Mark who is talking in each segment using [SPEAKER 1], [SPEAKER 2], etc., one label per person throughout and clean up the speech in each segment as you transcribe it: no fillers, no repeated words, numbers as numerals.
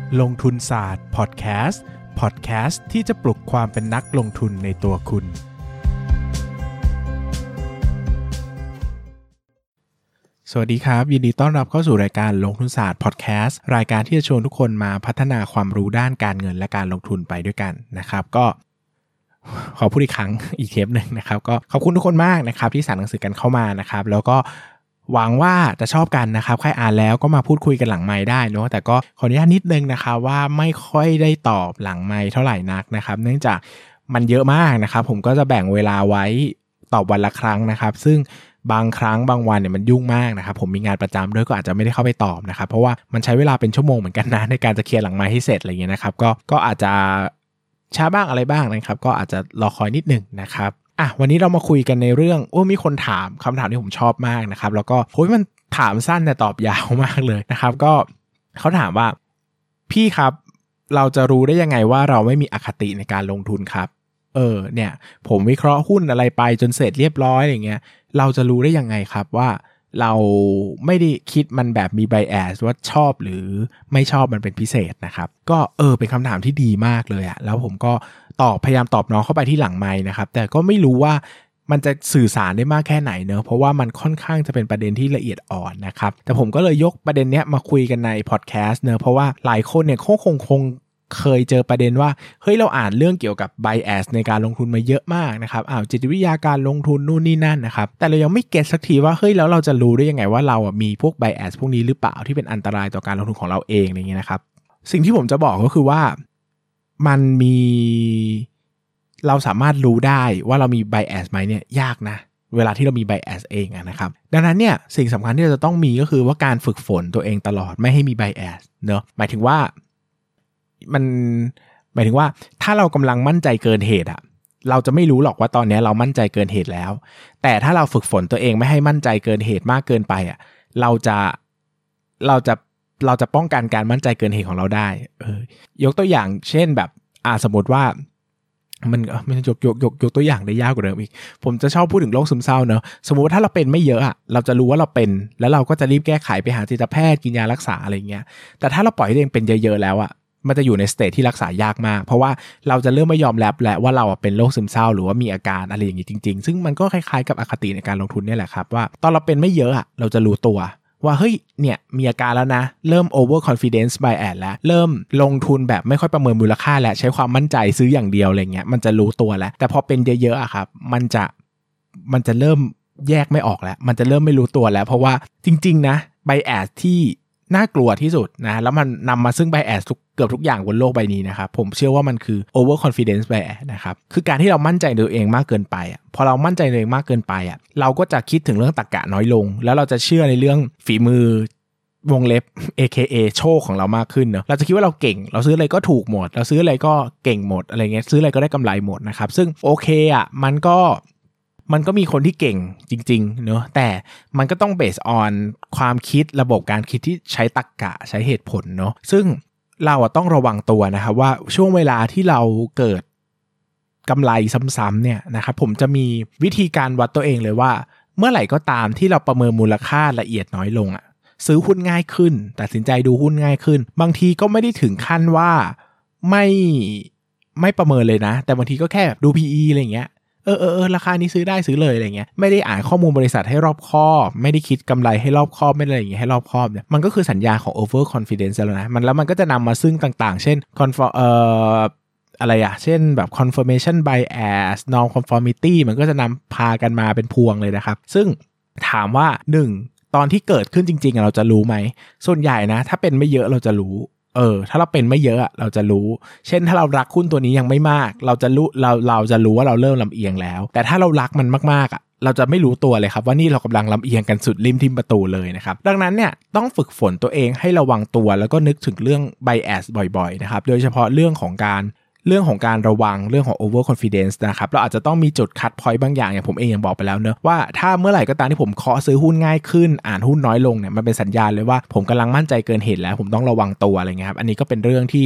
[SPEAKER 1] ลงทุนศาสตร์พอดแคสต์ที่จะปลุกความเป็นนักลงทุนในตัวคุณสวัสดีครับยินดีต้อนรับเข้าสู่รายการลงทุนศาสตร์พอดแคสต์รายการที่จะชวนทุกคนมาพัฒนาความรู้ด้านการเงินและการลงทุนไปด้วยกันนะครับก็ขอพูดอีกครั้งอีกเทปนึงนะครับก็ขอบคุณทุกคนมากนะครับที่สั่งหนังสือกันเข้ามานะครับแล้วก็หวังว่าจะชอบกันนะครับใครอ่านแล้วก็มาพูดคุยกันหลังไมค์ได้เนาะแต่ก็ขออนุญาตนิดนึงนะครับว่าไม่ค่อยได้ตอบหลังไมค์เท่าไหร่นักนะครับเนื่องจากมันเยอะมากนะครับผมก็จะแบ่งเวลาไว้ตอบวันละครั้งนะครับซึ่งบางครั้งบางวันเนี่ยมันยุ่งมากนะครับผมมีงานประจำด้วยก็อาจจะไม่ได้เข้าไปตอบนะครับเพราะว่ามันใช้เวลาเป็นชั่วโมงเหมือนกันนะในการจะเคลียร์หลังไมค์ให้เสร็จอะไรเงี้ยนะครับก็อาจจะช้าบ้างอะไรบ้างนะครับก็อาจจะรอคอยนิดนึงนะครับวันนี้เรามาคุยกันในเรื่องมีคนถามคำถามที่ผมชอบมากนะครับแล้วก็มันถามสั้นแต่ตอบยาวมากเลยนะครับก็เขาถามว่าพี่ครับเราจะรู้ได้ยังไงว่าเราไม่มีอคติในการลงทุนครับเนี่ยผมวิเคราะห์หุ้นอะไรไปจนเสร็จเรียบร้อยอย่างเงี้ยเราจะรู้ได้ยังไงครับว่าเราไม่ได้คิดมันแบบมี bias ว่าชอบหรือไม่ชอบมันเป็นพิเศษนะครับก็เป็นคำถามที่ดีมากเลยอะแล้วผมก็พยายามตอบน้องเข้าไปที่หลังไมค์นะครับแต่ก็ไม่รู้ว่ามันจะสื่อสารได้มากแค่ไหนเนอะเพราะว่ามันค่อนข้างจะเป็นประเด็นที่ละเอียดอ่อนนะครับแต่ผมก็เลยยกประเด็นเนี้ยมาคุยกันในพอดแคสต์เนอะเพราะว่าหลายคนเนี่ยคงเคยเจอประเด็นว่าเราอ่านเรื่องเกี่ยวกับ bias ในการลงทุนมาเยอะมากนะครับจิตวิทยาการลงทุนนู่นนี่นั่นนะครับแต่เรายังไม่เก็ตสักทีว่าแล้วเราจะรู้ได้ยังไงว่าเรามีพวก bias พวกนี้หรือเปล่าที่เป็นอันตรายต่อการลงทุนของเราเองอย่างเงี้ยนะครับสิ่งที่ผมจะบอกก็คือว่ามันมีเราสามารถรู้ได้ว่าเรามี bias ไหมเนี่ยยากนะเวลาที่เรามี bias เองนะครับดังนั้นเนี่ยสิ่งสำคัญที่เราจะต้องมีก็คือว่าการฝึกฝนตัวเองตลอดไม่ให้มี bias เนอะหมายถึงว่าถ้าเรากำลังมั่นใจเกินเหตุเราจะไม่รู้หรอกว่าตอนนี้เรามั่นใจเกินเหตุแล้วแต่ถ้าเราฝึกฝนตัวเองไม่ให้มั่นใจเกินเหตุมากเกินไปเราจะป้องกันการมั่นใจเกินเหตุของเราได้ยกตัวอย่างเช่นแบบสมมติว่ามันยกตัวอย่างได้ยากกว่าเดิมอีกผมจะชอบพูดถึงโรคซึมเศร้าเนอะสมมติว่าถ้าเราเป็นไม่เยอะเราจะรู้ว่าเราเป็นแล้วเราก็จะรีบแก้ไขไปหาจิตแพทย์กินยารักษาอะไรเงี้ยแต่ถ้าเราปล่อยให้ตัวเองเป็นเยอะๆแล้วมันจะอยู่ในสเตจที่รักษายากมากเพราะว่าเราจะเริ่มไม่ยอมรับแหละว่าเราเป็นโรคซึมเศร้าหรือว่ามีอาการอะไรอย่างงี้จริงๆซึ่งมันก็คล้ายๆกับอคติในการลงทุนนี่แหละครับว่าตอนเราเป็นไม่เยอะเราจะรู้ตัวว่าเนี่ยมีอาการแล้วนะเริ่ม over confidence bias แล้วเริ่มลงทุนแบบไม่ค่อยประเมินมูลค่าและใช้ความมั่นใจซื้ออย่างเดียวอะไรเงี้ยมันจะรู้ตัวแล้วแต่พอเป็นเยอะๆครับมันจะเริ่มแยกไม่ออกแล้วมันจะเริ่มไม่รู้ตัวแล้วเพราะว่าจริงๆนะ bias ที่น่ากลัวที่สุดนะแล้วมันนำมาซึ่ง bias เกือบทุกอย่างบนโลกใบนี้นะครับผมเชื่อว่ามันคือ over confidence bias นะครับคือการที่เรามั่นใจในตัวเองมากเกินไปพอเรามั่นใจในตัวเองมากเกินไปเราก็จะคิดถึงเรื่องตรรกะน้อยลงแล้วเราจะเชื่อในเรื่องฝีมือวงเล็บ AKA โชคของเรามากขึ้นเนอะเราจะคิดว่าเราเก่งเราซื้ออะไรก็ถูกหมดเราซื้ออะไรก็เก่งหมดอะไรเงี้ยซื้ออะไรก็ได้กำไรหมดนะครับซึ่งโอเคมันก็มีคนที่เก่งจริงๆเนอะแต่มันก็ต้องเบสออนความคิดระบบการคิดที่ใช้ตรรกะใช้เหตุผลเนอะซึ่งเราต้องระวังตัวนะครับว่าช่วงเวลาที่เราเกิดกำไรซ้ำๆเนี่ยนะครับผมจะมีวิธีการวัดตัวเองเลยว่าเมื่อไหร่ก็ตามที่เราประเมินมูลค่าละเอียดน้อยลงซื้อหุ้นง่ายขึ้นตัดสินใจดูหุ้นง่ายขึ้นบางทีก็ไม่ได้ถึงขั้นว่าไม่ประเมินเลยนะแต่บางทีก็แค่ดู PE อะไรอย่างเงี้ยราคานี้ซื้อได้ซื้อเลยอะไรเงี้ยไม่ได้อ่านข้อมูลบริษัทให้รอบคอบไม่ได้คิดกำไรให้รอบคอบไม่ได้อะไรอย่างเงี้ยให้รอบคอบเนี่ยมันก็คือสัญญาณของ over confidence แล้วนะมันก็จะนำมาซึ่งต่างๆเช่นเช่นแบบ confirmation bias non conformity มันก็จะนำพากันมาเป็นพวงเลยนะครับซึ่งถามว่า1ตอนที่เกิดขึ้นจริงๆเราจะรู้ไหมส่วนใหญ่นะถ้าเป็นไม่เยอะเราจะรู้ถ้าเราเป็นไม่เยอะเราจะรู้เช่นถ้าเรารักหุ้นตัวนี้ยังไม่มากเราจะรู้ว่าเราเริ่มลำเอียงแล้วแต่ถ้าเรารักมันมากๆเราจะไม่รู้ตัวเลยครับว่านี่เรากำลังลำเอียงกันสุดริมทิ่มประตูเลยนะครับดังนั้นเนี่ยต้องฝึกฝนตัวเองให้ระวังตัวแล้วก็นึกถึงเรื่อง bias บ่อยๆนะครับโดยเฉพาะเรื่องของการระวังเรื่องของ over confidence นะครับเราอาจจะต้องมีจุด cut point บางอย่างอย่างผมเองยังบอกไปแล้วเนอะว่าถ้าเมื่อไหร่ก็ตามที่ผมเคาะซื้อหุ้นง่ายขึ้นอ่านหุ้นน้อยลงเนี่ยมันเป็นสัญญาณเลยว่าผมกำลังมั่นใจเกินเหตุแล้วผมต้องระวังตัวอะไรเงี้ยครับอันนี้ก็เป็นเรื่องที่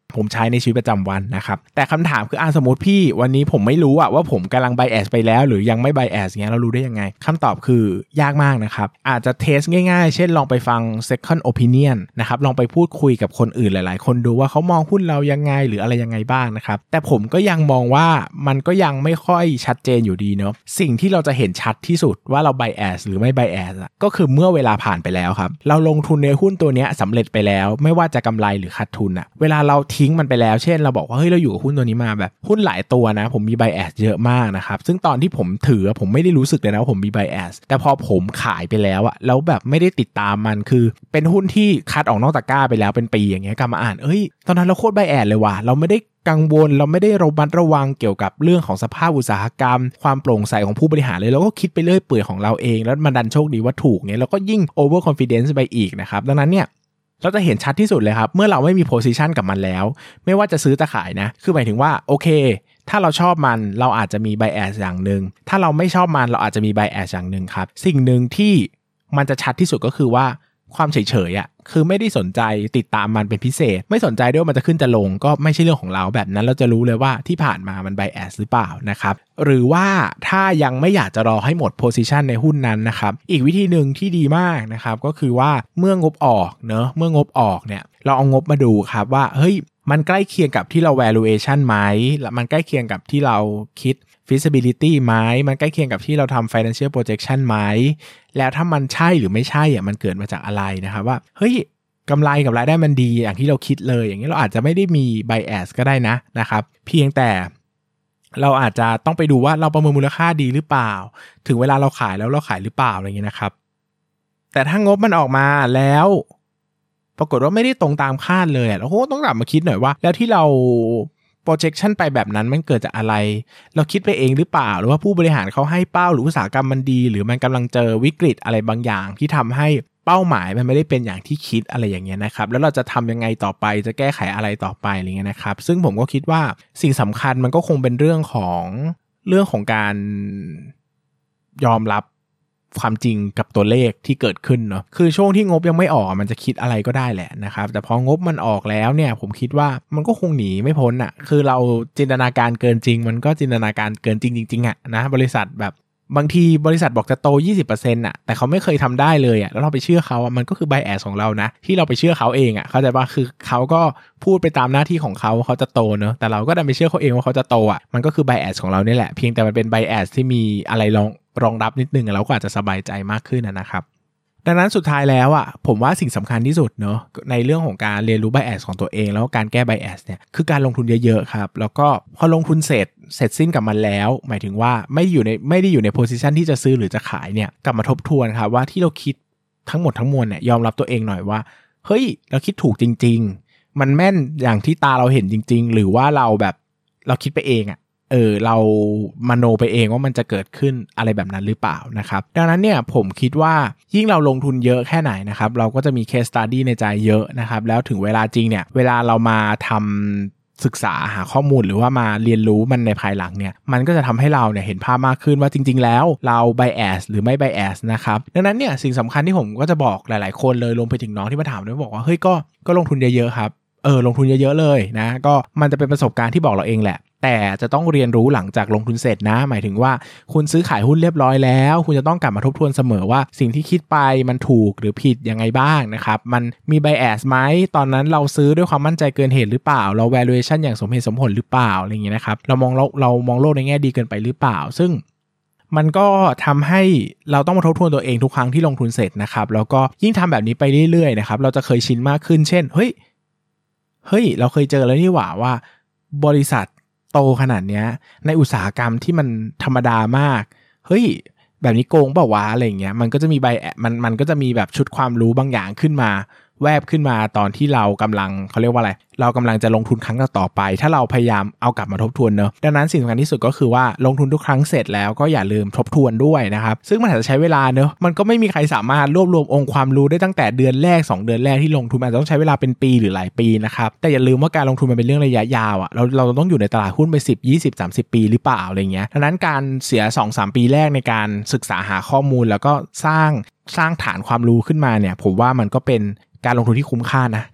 [SPEAKER 1] ผมใช้ในชีวิตประจำวันนะครับแต่คำถามคือสมมติพี่วันนี้ผมไม่รู้ว่าผมกำลัง bias ไปแล้วหรือยังไม่ bias เงี้ยเรารู้ได้ยังไงคำตอบคือยากมากนะครับอาจจะเทสง่ายๆเช่นลองไปฟัง second opinion นะครับลองไปพูดคุยกับคนอื่นหลายๆคนดูว่าเขามองหุ้นเรายังไงหรืออะไรยังไงบ้างนะครับแต่ผมก็ยังมองว่ามันก็ยังไม่ค่อยชัดเจนอยู่ดีเนาะสิ่งที่เราจะเห็นชัดที่สุดว่าเรา bias หรือไม่ bias ก็คือเมื่อเวลาผ่านไปแล้วครับเราลงทุนในหุ้นตัวนี้สำเร็จไปแล้วไม่ว่าจะกำไรหรือขาดทุนเวลาเราทิ้งมันไปแล้วเช่นเราบอกว่าเฮ้ยเราอยู่กับหุ้นตัวนี้มาแบบหุ้นหลายตัวนะผมมี bias เยอะมากนะครับซึ่งตอนที่ผมถือผมไม่ได้รู้สึกเลยนะว่าผมมี bias แต่พอผมขายไปแล้วแล้วแบบไม่ได้ติดตามมันคือเป็นหุ้นที่คัดออกนอกตะกร้าไปแล้วเป็นปีอย่างเงี้ยกลับมาอ่านตอนนั้นเราโคตร bias เลยว่ะเราไม่ได้กังวลเราไม่ได้ระมัดระวังเกี่ยวกับเรื่องของสภาพอุตสาหกรรมความโปร่งใสของผู้บริหารเลยเราก็คิดไปเรื่อยเปื่อยของเราเองแล้วมันดันโชคดีว่าถูกเนี่ยแล้วก็ยิ่ง over confidence ไปอีกนะครับดังนั้นเนี่ยเราจะเห็นชัดที่สุดเลยครับเมื่อเราไม่มี position กับมันแล้วไม่ว่าจะซื้อจะขายนะคือหมายถึงว่าโอเคถ้าเราชอบมันเราอาจจะมี bias อย่างนึงถ้าเราไม่ชอบมันเราอาจจะมี bias อย่างนึงครับสิ่งนึงที่มันจะชัดที่สุดก็คือว่าความเฉยๆคือไม่ได้สนใจติดตามมันเป็นพิเศษไม่สนใจด้วยว่ามันจะขึ้นจะลงก็ไม่ใช่เรื่องของเราแบบนั้นเราจะรู้เลยว่าที่ผ่านมามัน bias หรือเปล่านะครับหรือว่าถ้ายังไม่อยากจะรอให้หมด position ในหุ้นนั้นนะครับอีกวิธีหนึ่งที่ดีมากนะครับก็คือว่าเมื่องบออกเนอะเมื่องบออกเนี่ยเราเอางบมาดูครับว่าเฮ้ยมันใกล้เคียงกับที่เรา valuation ไหมมันใกล้เคียงกับที่เราคิดfeasibility ไหมมันใกล้เคียงกับที่เราทำ financial projection ไหมแล้วถ้ามันใช่หรือไม่ใช่มันเกิดมาจากอะไรนะครับว่าเฮ้ยกำไรกับรายได้มันดีอย่างที่เราคิดเลยอย่างนี้เราอาจจะไม่ได้มี bias ก็ได้นะครับเพียงแต่เราอาจจะต้องไปดูว่าเราประเมินมูลค่าดีหรือเปล่าถึงเวลาเราขายแล้วเราขายหรือเปล่าอะไรอย่างนี้นะครับแต่ถ้างบมันออกมาแล้วปรากฏว่าไม่ได้ตรงตามคาดเลยเราก็ต้องกลับมาคิดหน่อยว่าแล้วที่เราprojection ไปแบบนั้นมันเกิดจากอะไรเราคิดไปเองหรือเปล่าหรือว่าผู้บริหารเขาให้เป้าหรืออุตสาหกรรมมันดีหรือมันกำลังเจอวิกฤตอะไรบางอย่างที่ทำให้เป้าหมายมันไม่ได้เป็นอย่างที่คิดอะไรอย่างเงี้ยนะครับแล้วเราจะทำยังไงต่อไปจะแก้ไขอะไรต่อไปอะไรเงี้ยนะครับซึ่งผมก็คิดว่าสิ่งสำคัญมันก็คงเป็นเรื่องของการยอมรับความจริงกับตัวเลขที่เกิดขึ้นเนาะคือช่วงที่งบยังไม่ออกมันจะคิดอะไรก็ได้แหละนะครับแต่พองบมันออกแล้วเนี่ยผมคิดว่ามันก็คงหนีไม่พ้นคือเราจินตนาการเกินจริงมันก็จินตนาการเกินจริงจริงนะบริษัทแบบบางทีบริษัทบอกจะโต 20% แต่เขาไม่เคยทำได้เลยแล้วเราไปเชื่อเขามันก็คือ bias ของเรานะที่เราไปเชื่อเขาเองเข้าใจป่ะคือเขาก็พูดไปตามหน้าที่ของเขาจะโตเนอะแต่เราก็ดันไปเชื่อเขาเองว่าเขาจะโตมันก็คือ bias ของเรานี่แหละเพียงแต่มันเป็น bias ที่มีอะไรรองรับนิดนึงเราก็อาจจะสบายใจมากขึ้นนะครับดังนั้นสุดท้ายแล้วผมว่าสิ่งสำคัญที่สุดเนอะในเรื่องของการเรียนรู้ bias ของตัวเองแล้วการแก้ bias เนี่ยคือการลงทุนเยอะๆครับแล้วก็พอลงทุนเสร็จสิ้นกับมันแล้วหมายถึงว่าไม่ได้อยู่ใน position ที่จะซื้อหรือจะขายเนี่ยกลับมาทบทวนครับว่าที่เราคิดทั้งหมดทั้งมวลเนี่ยยอมรับตัวเองหน่อยว่าเฮ้ยเราคิดถูกจริงๆมันแม่นอย่างที่ตาเราเห็นจริงๆหรือว่าเราคิดไปเองเรามโนไปเองว่ามันจะเกิดขึ้นอะไรแบบนั้นหรือเปล่านะครับดังนั้นเนี่ยผมคิดว่ายิ่งเราลงทุนเยอะแค่ไหนนะครับเราก็จะมี case study ในใจเยอะนะครับแล้วถึงเวลาจริงเนี่ยเวลาเรามาทำศึกษาหาข้อมูลหรือว่ามาเรียนรู้มันในภายหลังเนี่ยมันก็จะทำให้เราเนี่ยเห็นภาพมากขึ้นว่าจริงๆแล้วเรา bias หรือไม่ bias นะครับดังนั้นเนี่ยสิ่งสำคัญที่ผมก็จะบอกหลายๆคนเลยรวมไปถึงน้องที่มาถามด้วยบอกว่าเฮ้ยก็ลงทุนเยอะๆครับลงทุนเยอะๆเลยนะก็มันจะเป็นประสบการณ์ที่บอกเราเองแหละแต่จะต้องเรียนรู้หลังจากลงทุนเสร็จนะหมายถึงว่าคุณซื้อขายหุ้นเรียบร้อยแล้วคุณจะต้องกลับมาทบทวนเสมอว่าสิ่งที่คิดไปมันถูกหรือผิดยังไงบ้างนะครับมันมี bias ไหมตอนนั้นเราซื้อด้วยความมั่นใจเกินเหตุหรือเปล่าเรา valuation อย่างสมเหตุสมผลหรือเปล่าอะไรอย่างเงี้ยนะครับเรามองโลกในแง่ดีเกินไปหรือเปล่าซึ่งมันก็ทำให้เราต้องมาทบทวนตัวเองทุกครั้งที่ลงทุนเสร็จนะครับแล้วก็ยิ่งทำแบบนี้ไปเรื่อยๆนะครับเราจะเคยชินมากขึ้นเช่นเฮ้ยเราเคยเจอแล้วนี่หว่าบริษัทโตขนาดเนี้ยในอุตสาหกรรมที่มันธรรมดามากเฮ้ยแบบนี้โกงเปล่าวะอะไรอย่างเงี้ยมันก็จะมีมันก็จะมีแบบชุดความรู้บางอย่างขึ้นมาแวบขึ้นมาตอนที่เรากำลังเขาเรียกว่าอะไรเรากำลังจะลงทุนครั้งต่อไปถ้าเราพยายามเอากลับมาทบทวนเนอะดังนั้นสิ่งสำคัญที่สุดก็คือว่าลงทุนทุกครั้งเสร็จแล้วก็อย่าลืมทบทวนด้วยนะครับซึ่งมันอาจจะใช้เวลาเนอะมันก็ไม่มีใครสามารถรวบรวมองค์ความรู้ได้ตั้งแต่เดือนแรก2เดือนแรกที่ลงทุนอาจจะต้องใช้เวลาเป็นปีหรือหลายปีนะครับแต่อย่าลืมว่าการลงทุนมันเป็นเรื่องระยะยาวเราต้องอยู่ในตลาดหุ้นไป10 20 30ปีหรือเปล่าอะไรเงี้ยดังนั้นการเสีย 2-3 ปีแรกในการศึกษาหาข้อมูลแล้วก็สร้างฐานความรู้ขึ้นมาเนี่ยผมว่ามันก็เป็นการลงทุนที่คุ้มค่านะ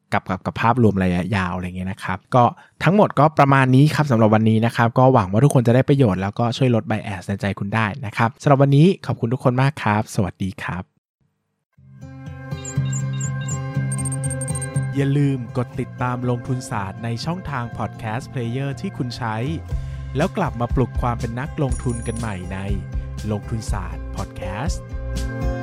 [SPEAKER 1] กับภาพรวมระยะยาวอะไรเงี้ยนะครับก็ทั้งหมดก็ประมาณนี้ครับสำหรับวันนี้นะครับก็หวังว่าทุกคนจะได้ประโยชน์แล้วก็ช่วยลด bias ในใจคุณได้นะครับสำหรับวันนี้ขอบคุณทุกคนมากครับสวัสดีครับอย่าลืมกดติดตามลงทุนศาสตร์ในช่องทาง Podcast Player ที่คุณใช้แล้วกลับมาปลุกความเป็นนักลงทุนกันใหม่ในลงทุนศาสตร์ Podcast